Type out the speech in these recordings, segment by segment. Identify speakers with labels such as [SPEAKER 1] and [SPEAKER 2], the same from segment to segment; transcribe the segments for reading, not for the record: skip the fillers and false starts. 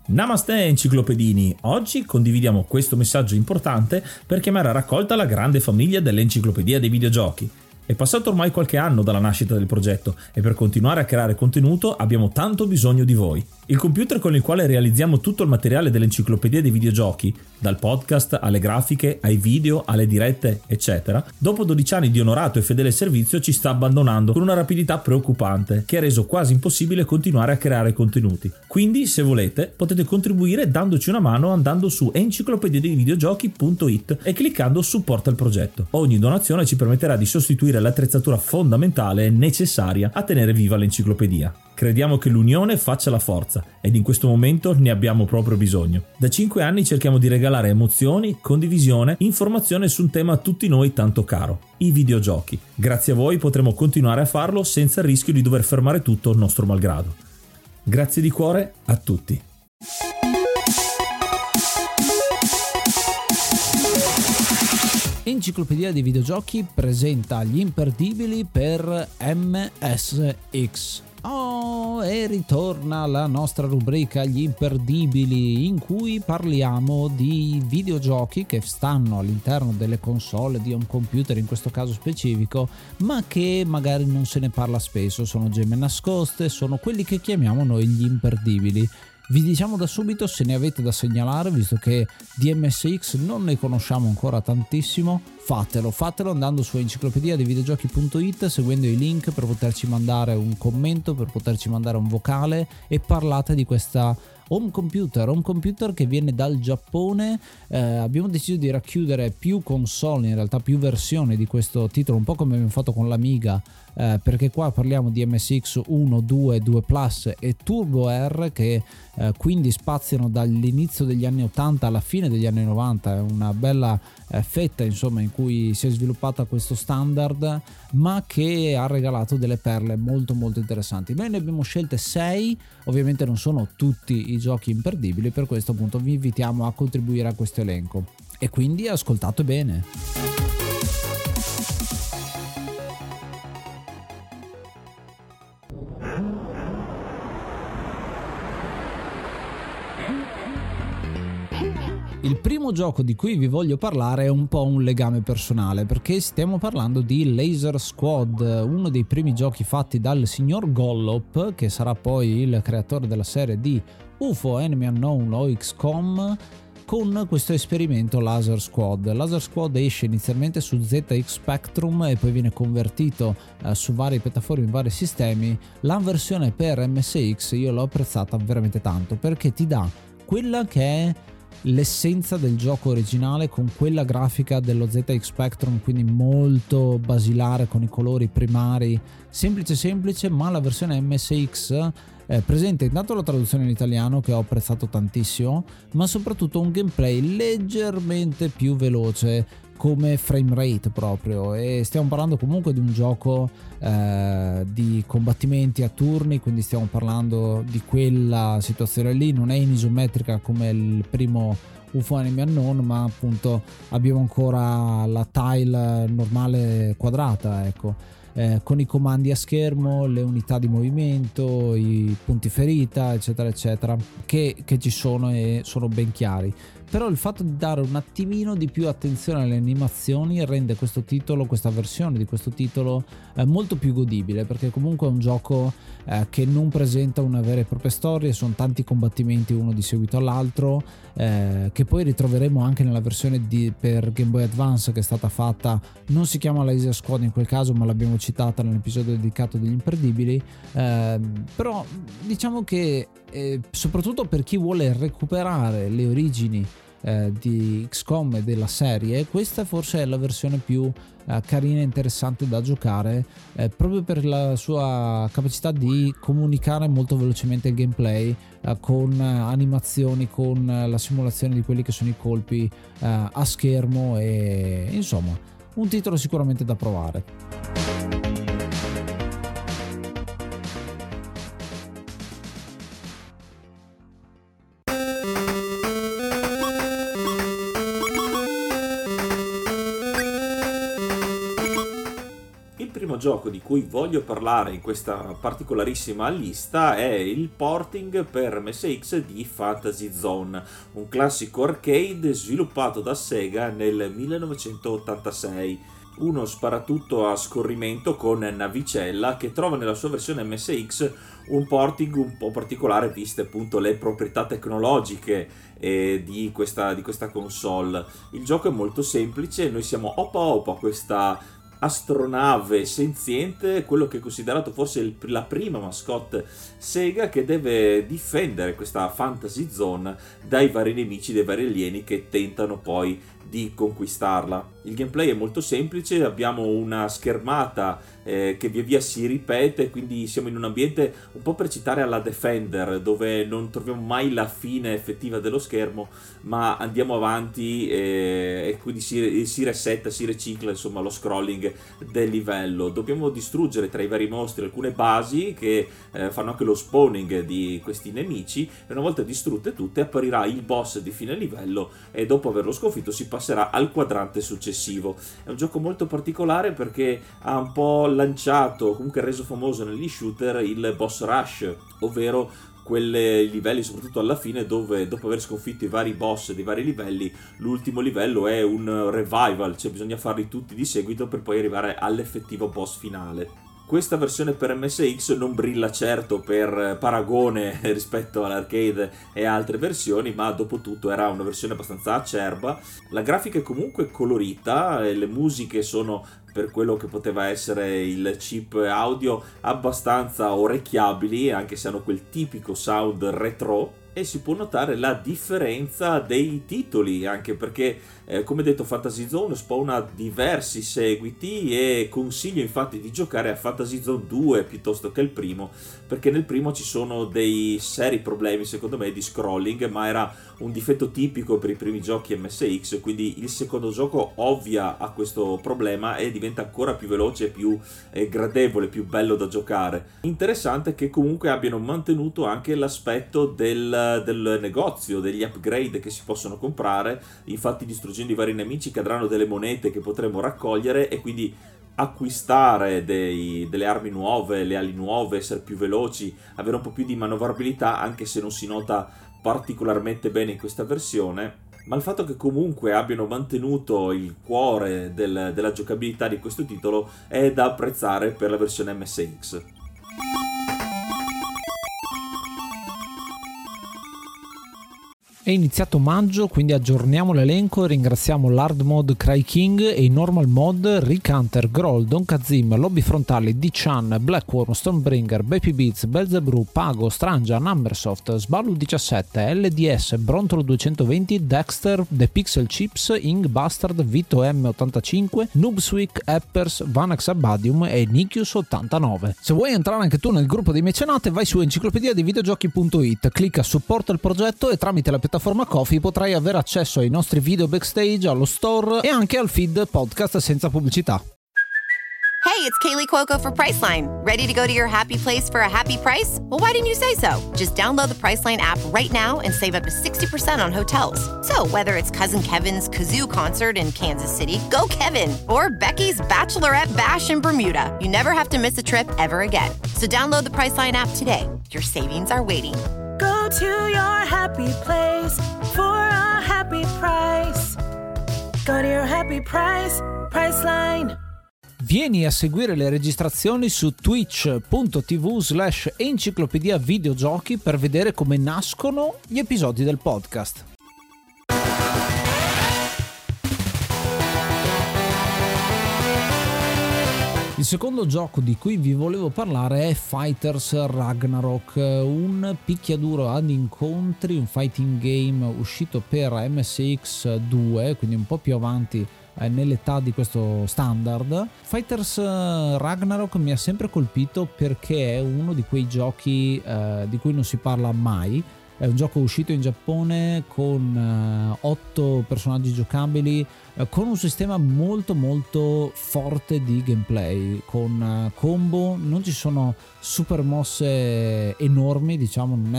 [SPEAKER 1] Namaste enciclopedini, oggi condividiamo questo messaggio importante per chiamare a raccolta la grande famiglia dell'Enciclopedia dei Videogiochi. È passato ormai qualche anno dalla nascita del progetto e per continuare a creare contenuto abbiamo tanto bisogno di voi. Il computer con il quale realizziamo tutto il materiale dell'Enciclopedia dei Videogiochi, dal podcast alle grafiche, ai video, alle dirette, eccetera, dopo 12 anni di onorato e fedele servizio ci sta abbandonando con una rapidità preoccupante che ha reso quasi impossibile continuare a creare contenuti. Quindi, se volete, potete contribuire dandoci una mano andando su enciclopediadeivideogiochi.it e cliccando supporta il progetto. Ogni donazione ci permetterà di sostituire l'attrezzatura fondamentale e necessaria a tenere viva l'enciclopedia. Crediamo che l'unione faccia la forza ed in questo momento ne abbiamo proprio bisogno. Da 5 anni cerchiamo di regalare emozioni, condivisione, informazione su un tema a tutti noi tanto caro, i videogiochi. Grazie a voi potremo continuare a farlo senza il rischio di dover fermare tutto nostro malgrado. Grazie di cuore a tutti.
[SPEAKER 2] Enciclopedia dei Videogiochi presenta gli imperdibili per MSX. E ritorna la nostra rubrica Gli imperdibili, in cui parliamo di videogiochi che stanno all'interno delle console di home computer, in questo caso specifico, ma che magari non se ne parla spesso, sono gemme nascoste, sono quelli che chiamiamo noi gli imperdibili. Vi diciamo da subito, se ne avete da segnalare, visto che di MSX non ne conosciamo ancora tantissimo, fatelo andando su enciclopediadeivideogiochi.it, seguendo i link per poterci mandare un commento, per poterci mandare un vocale e parlate di questa home computer che viene dal Giappone. Abbiamo deciso di racchiudere più console, in realtà più versioni di questo titolo, un po' come abbiamo fatto con l'Amiga, perché qua parliamo di MSX 1, 2, 2 Plus e Turbo R, che quindi spaziano dall'inizio degli anni 80 alla fine degli anni 90. È una bella fetta, insomma, in cui si è sviluppata questo standard, ma che ha regalato delle perle molto molto interessanti. Noi ne abbiamo scelte 6, ovviamente non sono tutti i giochi imperdibili, per questo appunto vi invitiamo a contribuire a questo elenco e quindi ascoltate bene. Il primo gioco di cui vi voglio parlare è un po' un legame personale, perché stiamo parlando di Laser Squad, uno dei primi giochi fatti dal signor Gollop, che sarà poi il creatore della serie di UFO, Enemy Unknown o XCOM, con questo esperimento Laser Squad. Laser Squad esce inizialmente su ZX Spectrum e poi viene convertito su varie piattaforme, in vari sistemi. La versione per MSX io l'ho apprezzata veramente tanto, perché ti dà quella che è l'essenza del gioco originale, con quella grafica dello ZX Spectrum, quindi molto basilare, con i colori primari, semplice, ma la versione MSX presenta intanto la traduzione in italiano, che ho apprezzato tantissimo, ma soprattutto un gameplay leggermente più veloce come frame rate proprio, e stiamo parlando comunque di un gioco di combattimenti a turni, quindi stiamo parlando di quella situazione lì, non è in isometrica come il primo UFO Enemy Unknown, ma appunto abbiamo ancora la tile normale quadrata, ecco. Con i comandi a schermo, le unità di movimento, i punti ferita, eccetera eccetera, che ci sono e sono ben chiari. Però il fatto di dare un attimino di più attenzione alle animazioni rende questo titolo, questa versione di questo titolo molto più godibile, perché comunque è un gioco che non presenta una vera e propria storia, sono tanti combattimenti uno di seguito all'altro, che poi ritroveremo anche nella versione per Game Boy Advance che è stata fatta. Non si chiama Laser Squad in quel caso, ma l'abbiamo citata nell'episodio dedicato degli imperdibili, però diciamo che soprattutto per chi vuole recuperare le origini di XCOM e della serie, questa forse è la versione più carina e interessante da giocare, proprio per la sua capacità di comunicare molto velocemente il gameplay, con animazioni, con la simulazione di quelli che sono i colpi a schermo, e insomma un titolo sicuramente da provare.
[SPEAKER 1] Il primo gioco di cui voglio parlare in questa particolarissima lista è il porting per MSX di Fantasy Zone, un classico arcade sviluppato da Sega nel 1986. Uno sparatutto a scorrimento con navicella che trova nella sua versione MSX un porting un po' particolare viste appunto le proprietà tecnologiche di questa console. Il gioco è molto semplice, noi siamo Opa, questa astronave senziente, quello che è considerato forse la prima mascotte Sega, che deve difendere questa Fantasy Zone dai vari nemici, dai vari alieni che tentano poi di conquistarla. Il gameplay è molto semplice, abbiamo una schermata che via via si ripete, quindi siamo in un ambiente un po' per citare alla Defender, dove non troviamo mai la fine effettiva dello schermo, ma andiamo avanti e quindi si resetta, si ricicla insomma lo scrolling del livello. Dobbiamo distruggere tra i vari mostri alcune basi che fanno anche lo spawning di questi nemici, e una volta distrutte tutte apparirà il boss di fine livello e dopo averlo sconfitto si passerà al quadrante successivo. È un gioco molto particolare perché ha un po' lanciato, comunque reso famoso negli shooter, il boss rush, ovvero quei livelli soprattutto alla fine dove dopo aver sconfitto i vari boss dei vari livelli l'ultimo livello è un revival, cioè bisogna farli tutti di seguito per poi arrivare all'effettivo boss finale. Questa versione per MSX non brilla certo per paragone rispetto all'arcade e altre versioni, ma dopo tutto era una versione abbastanza acerba. La grafica è comunque colorita, le musiche sono, per quello che poteva essere il chip audio, abbastanza orecchiabili, anche se hanno quel tipico sound retro, e si può notare la differenza dei titoli, anche perché come detto Fantasy Zone spawna diversi seguiti e consiglio infatti di giocare a Fantasy Zone 2 piuttosto che il primo, perché nel primo ci sono dei seri problemi secondo me di scrolling, ma era un difetto tipico per i primi giochi MSX, quindi il secondo gioco ovvia a questo problema e diventa ancora più veloce, più gradevole, più bello da giocare. Interessante che comunque abbiano mantenuto anche l'aspetto del negozio, degli upgrade che si possono comprare, infatti distruggendo i vari nemici cadranno delle monete che potremo raccogliere e quindi acquistare delle armi nuove, le ali nuove, essere più veloci, avere un po' più di manovrabilità, anche se non si nota particolarmente bene in questa versione. Ma il fatto che comunque abbiano mantenuto il cuore della giocabilità di questo titolo è da apprezzare per la versione MSX.
[SPEAKER 2] È iniziato maggio, quindi aggiorniamo l'elenco e ringraziamo l'hard mod Cry King e i normal mod Rick Hunter, Groll, Don Kazim, Lobby Frontali, D-Chan, Blackworm, Stonebringer, Baby Beats, Belzebrew, Pago, Strangia, Numbersoft, Sballu 17, LDS, Brontolo 220, Dexter, The Pixel Chips, Ing Bastard, Vito M85, Noobswick, Eppers, Vanax Abadium e Nikius 89. Se vuoi entrare anche tu nel gruppo dei mecenate, vai su enciclopedia dei videogiochi.it, clicca supporta il progetto e tramite la piattaforma Ko-fi potrai avere accesso ai nostri video backstage, allo store e anche al feed podcast senza pubblicità.
[SPEAKER 3] Hey, it's Kaylee Cuoco for Priceline. Ready to go to your happy place for a happy price? Well, why didn't you say so? Just download the Priceline app right now and save up to 60% on hotels. So whether it's Cousin Kevin's Kazoo Concert in Kansas City, go Kevin, or Becky's Bachelorette Bash in Bermuda, you never have to miss a trip ever again. So download the Priceline app today. Your savings are waiting.
[SPEAKER 4] Go to your happy place for a happy price. Go to your happy price, Priceline.
[SPEAKER 2] Vieni a seguire le registrazioni su twitch.tv/enciclopedia videogiochi per vedere come nascono gli episodi del podcast. Il secondo gioco di cui vi volevo parlare è Fighters Ragnarok, un picchiaduro ad incontri, un fighting game uscito per MSX 2, quindi un po' più avanti nell'età di questo standard. Fighters Ragnarok mi ha sempre colpito perché è uno di quei giochi di cui non si parla mai. È un gioco uscito in Giappone con 8 personaggi giocabili, con un sistema molto molto forte di gameplay, con combo. Non ci sono super mosse enormi, diciamo, non è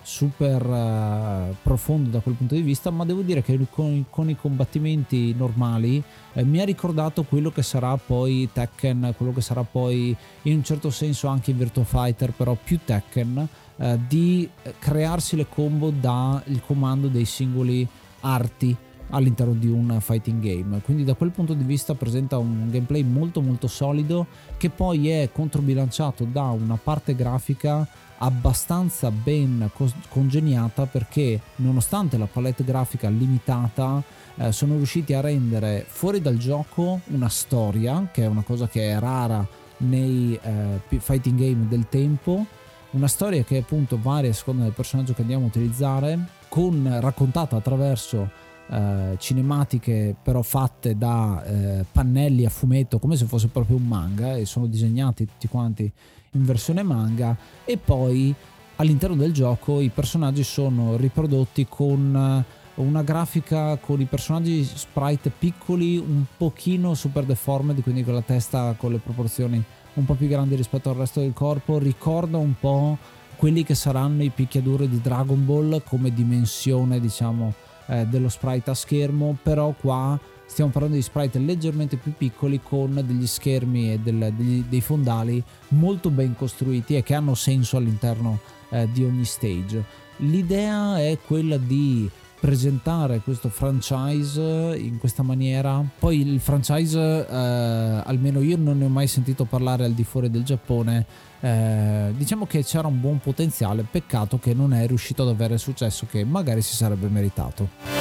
[SPEAKER 2] super profondo da quel punto di vista, ma devo dire che con i combattimenti normali mi ha ricordato quello che sarà poi Tekken, quello che sarà poi in un certo senso anche Virtua Fighter, però più Tekken, di crearsi le combo dal comando dei singoli arti all'interno di un fighting game. Quindi da quel punto di vista presenta un gameplay molto molto solido, che poi è controbilanciato da una parte grafica abbastanza ben congegnata, perché nonostante la palette grafica limitata sono riusciti a rendere fuori dal gioco una storia, che è una cosa che è rara nei fighting game del tempo, una storia che appunto varia a seconda del personaggio che andiamo a utilizzare, raccontata attraverso cinematiche però fatte da pannelli a fumetto, come se fosse proprio un manga, e sono disegnati tutti quanti in versione manga. E poi all'interno del gioco i personaggi sono riprodotti con una grafica, con i personaggi sprite piccoli, un pochino super deformed, quindi con la testa con le proporzioni un po' più grandi rispetto al resto del corpo. Ricorda un po' quelli che saranno i picchiaduri di Dragon Ball come dimensione, diciamo, dello sprite a schermo, però qua stiamo parlando di sprite leggermente più piccoli, con degli schermi e dei fondali molto ben costruiti e che hanno senso all'interno di ogni stage. L'idea è quella di presentare questo franchise in questa maniera. Poi il franchise, almeno io non ne ho mai sentito parlare al di fuori del Giappone. Diciamo che c'era un buon potenziale, peccato che non è riuscito ad avere il successo che magari si sarebbe meritato.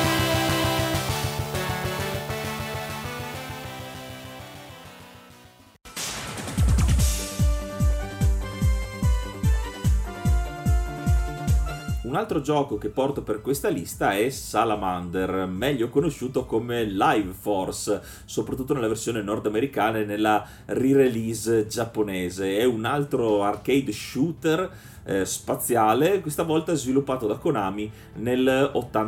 [SPEAKER 1] Un altro gioco che porto per questa lista è Salamander, meglio conosciuto come Live Force, soprattutto nella versione nordamericana e nella re-release giapponese. È un altro arcade shooter spaziale, questa volta sviluppato da Konami nel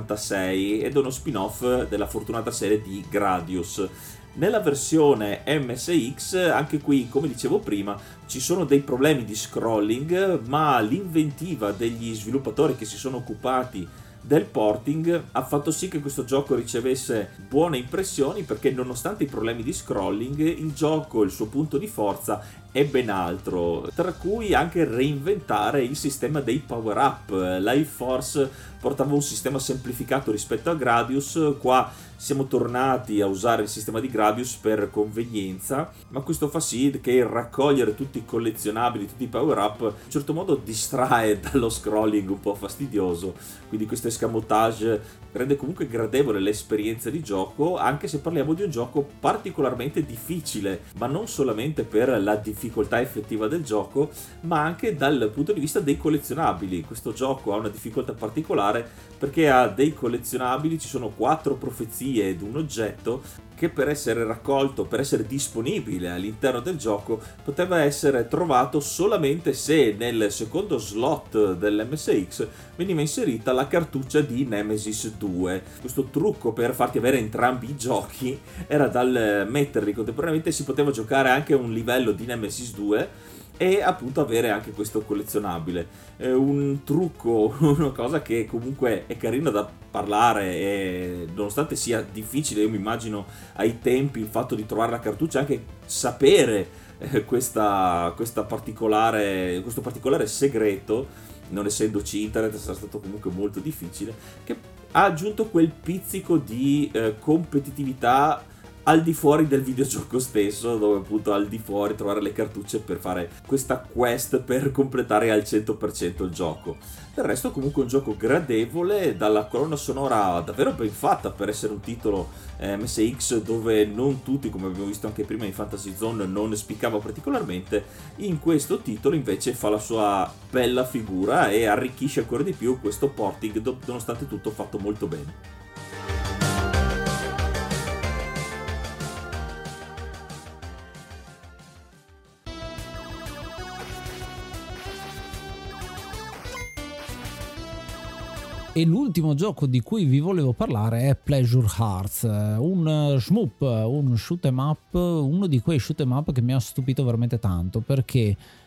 [SPEAKER 1] 86, ed è uno spin-off della fortunata serie di Gradius. Nella versione MSX, anche qui, come dicevo prima, ci sono dei problemi di scrolling, ma l'inventiva degli sviluppatori che si sono occupati del porting ha fatto sì che questo gioco ricevesse buone impressioni, perché nonostante i problemi di scrolling, il gioco, il suo punto di forza è ben altro, tra cui anche reinventare il sistema dei power-up. Life Force portava un sistema semplificato rispetto a Gradius, qua siamo tornati a usare il sistema di Gradius per convenienza, ma questo fa sì che raccogliere tutti i collezionabili, tutti i power-up, in un certo modo distrae dallo scrolling un po' fastidioso, quindi questo escamotage rende comunque gradevole l'esperienza di gioco, anche se parliamo di un gioco particolarmente difficile, ma non solamente per la difficoltà effettiva del gioco, ma anche dal punto di vista dei collezionabili. Questo gioco ha una difficoltà particolare perché ha dei collezionabili, ci sono 4 profezie ed un oggetto che per essere raccolto, per essere disponibile all'interno del gioco, poteva essere trovato solamente se nel secondo slot dell'MSX veniva inserita la cartuccia di Nemesis 2. Questo trucco per farti avere entrambi i giochi era dal metterli contemporaneamente, si poteva giocare anche a un livello di Nemesis 2 e appunto avere anche questo collezionabile. È un trucco, una cosa che comunque è carino da parlare, e nonostante sia difficile, io mi immagino ai tempi il fatto di trovare la cartuccia, anche sapere questo particolare segreto, non essendoci internet, sarà stato comunque molto difficile, che ha aggiunto quel pizzico di competitività al di fuori del videogioco stesso, dove appunto al di fuori trovare le cartucce per fare questa quest per completare al 100% il gioco. Del resto comunque un gioco gradevole, dalla colonna sonora davvero ben fatta per essere un titolo MSX dove non tutti, come abbiamo visto anche prima in Fantasy Zone, non spiccava particolarmente. In questo titolo invece fa la sua bella figura e arricchisce ancora di più questo porting, nonostante tutto fatto molto bene.
[SPEAKER 2] E l'ultimo gioco di cui vi volevo parlare è Pleasure Hearts, un shmup, un shoot 'em up, uno di quei shoot 'em up che mi ha stupito veramente tanto, perché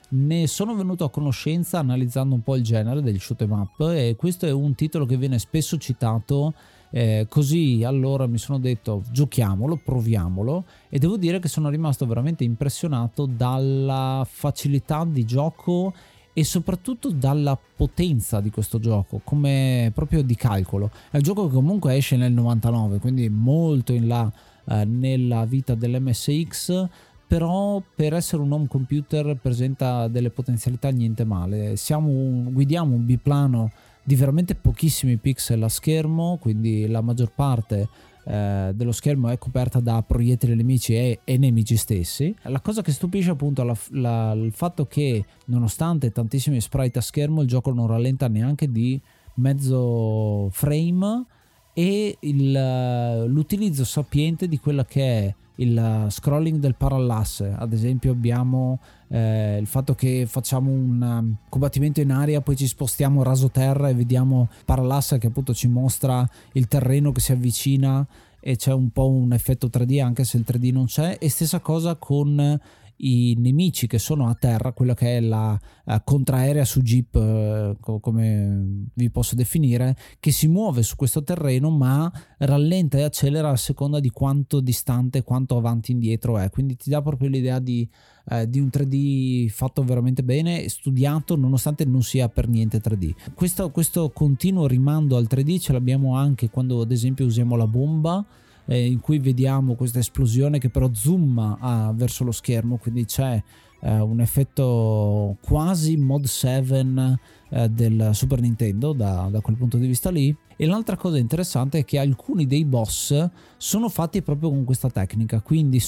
[SPEAKER 2] Ne sono venuto a conoscenza analizzando un po' il genere degli shoot 'em up, e questo è un titolo che viene spesso citato, così allora mi sono detto giochiamolo, proviamolo, e devo dire che sono rimasto veramente impressionato dalla facilità di gioco e soprattutto dalla potenza di questo gioco, come proprio di calcolo. È un gioco che comunque esce nel 99, quindi molto in là nella vita dell'MSX, però per essere un home computer presenta delle potenzialità niente male. Guidiamo un biplano di veramente pochissimi pixel a schermo, quindi la maggior parte dello schermo è coperta da proiettili nemici e nemici stessi. La cosa che stupisce appunto è il fatto che, nonostante tantissimi sprite a schermo, il gioco non rallenta neanche di mezzo frame, e l'utilizzo sapiente di quella che è il scrolling del parallasse. Ad esempio abbiamo il fatto che facciamo un combattimento in aria, poi ci spostiamo raso terra e vediamo parallasse che appunto ci mostra il terreno che si avvicina, e c'è un po' un effetto 3D anche se il 3D non c'è. E stessa cosa con i nemici che sono a terra, quella che è la contraerea su Jeep, come vi posso definire, che si muove su questo terreno ma rallenta e accelera a seconda di quanto distante, quanto avanti e indietro è. Quindi ti dà proprio l'idea di un 3D fatto veramente bene e studiato, nonostante non sia per niente 3D. Questo continuo rimando al 3D ce l'abbiamo anche quando ad esempio usiamo la bomba, in cui vediamo questa esplosione che però zooma verso lo schermo, quindi c'è un effetto quasi mod 7 del Super Nintendo da quel punto di vista lì. E l'altra cosa interessante è che alcuni dei boss sono fatti proprio con questa tecnica, quindi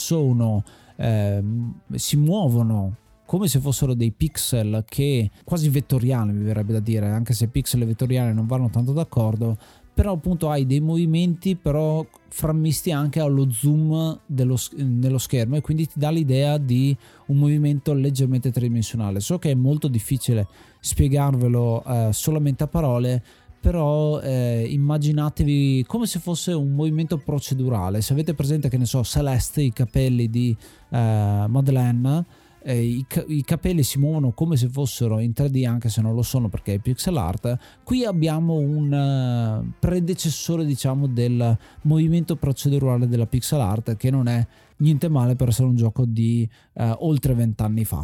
[SPEAKER 2] si muovono come se fossero dei pixel, che quasi vettoriali mi verrebbe da dire, anche se pixel e vettoriali non vanno tanto d'accordo, però appunto hai dei movimenti però frammisti anche allo zoom nello schermo, e quindi ti dà l'idea di un movimento leggermente tridimensionale. So che è molto difficile spiegarvelo solamente a parole, però immaginatevi come se fosse un movimento procedurale. Se avete presente, che ne so, Celeste, i capelli di Madeleine, i capelli si muovono come se fossero in 3D anche se non lo sono perché è pixel art. Qui abbiamo un predecessore, diciamo, del movimento procedurale della pixel art, che non è niente male per essere un gioco di oltre 20 anni fa.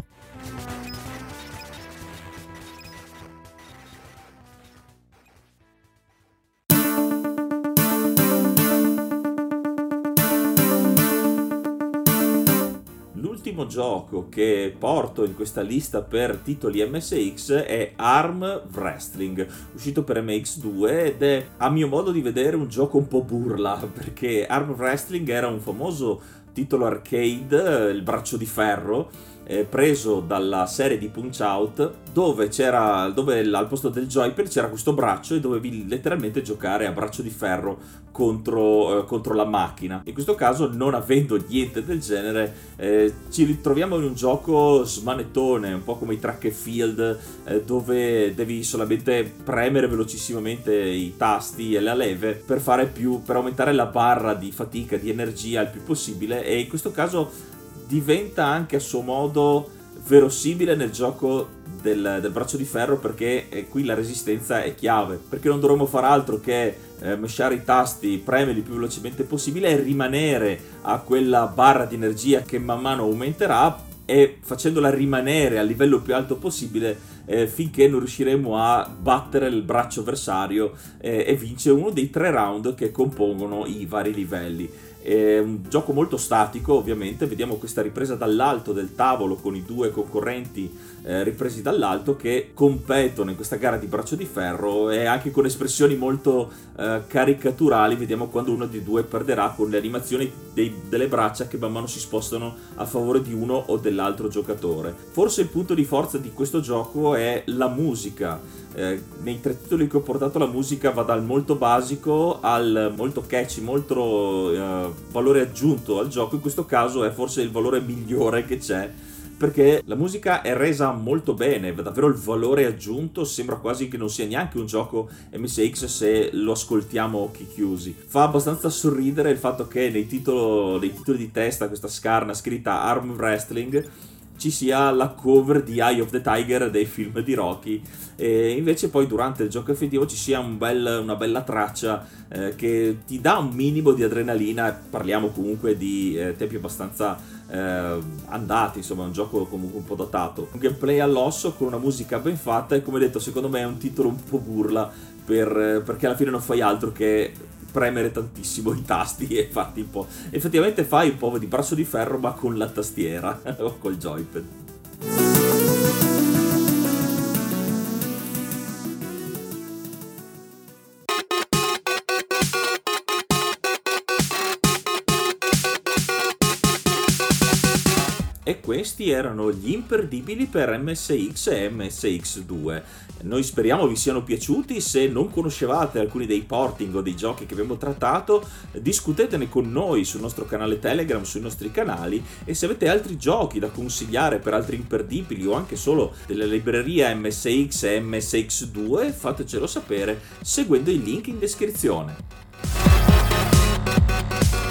[SPEAKER 1] L'ultimo gioco che porto in questa lista per titoli MSX è Arm Wrestling, uscito per MX2, ed è, a mio modo di vedere, un gioco un po' burla, perché Arm Wrestling era un famoso titolo arcade, il braccio di ferro, preso dalla serie di Punch-Out, dove al posto del joypad c'era questo braccio e dovevi letteralmente giocare a braccio di ferro contro la macchina. In questo caso, non avendo niente del genere, ci ritroviamo in un gioco smanettone, un po' come i track and field, dove devi solamente premere velocissimamente i tasti e la leve per aumentare la barra di fatica, di energia il più possibile, e in questo caso diventa anche a suo modo verosimile nel gioco del braccio di ferro, perché qui la resistenza è chiave, perché non dovremmo fare altro che mesciare i tasti, premerli il più velocemente possibile e rimanere a quella barra di energia che man mano aumenterà, e facendola rimanere al livello più alto possibile finché non riusciremo a battere il braccio avversario e vincere uno dei 3 round che compongono i vari livelli. È un gioco molto statico, ovviamente. Vediamo questa ripresa dall'alto del tavolo con i 2 concorrenti ripresi dall'alto che competono in questa gara di braccio di ferro, e anche con espressioni molto caricaturali. Vediamo quando uno dei 2 perderà, con le animazioni delle braccia che man mano si spostano a favore di uno o dell'altro giocatore. Forse il punto di forza di questo gioco è la musica. Nei 3 titoli che ho portato la musica va dal molto basico al molto catchy, molto valore aggiunto al gioco. In questo caso è forse il valore migliore che c'è, perché la musica è resa molto bene, davvero il valore aggiunto. Sembra quasi che non sia neanche un gioco MSX se lo ascoltiamo a occhi chiusi. Fa abbastanza sorridere il fatto che nei titoli di testa questa scarna scritta Arm Wrestling ci sia la cover di Eye of the Tiger dei film di Rocky, e invece poi durante il gioco effettivo ci sia una bella traccia che ti dà un minimo di adrenalina. Parliamo comunque di tempi abbastanza andati, insomma è un gioco comunque un po' datato, un gameplay all'osso con una musica ben fatta, e come detto secondo me è un titolo un po' burla perché alla fine non fai altro che premere tantissimo i tasti e farti un po', effettivamente fai un po' di braccio di ferro ma con la tastiera o col joypad. E questi erano gli imperdibili per MSX e MSX2. Noi speriamo vi siano piaciuti. Se non conoscevate alcuni dei porting o dei giochi che abbiamo trattato, discutetene con noi sul nostro canale Telegram, sui nostri canali, e se avete altri giochi da consigliare per altri imperdibili o anche solo delle librerie MSX e MSX2, fatecelo sapere seguendo il link in descrizione.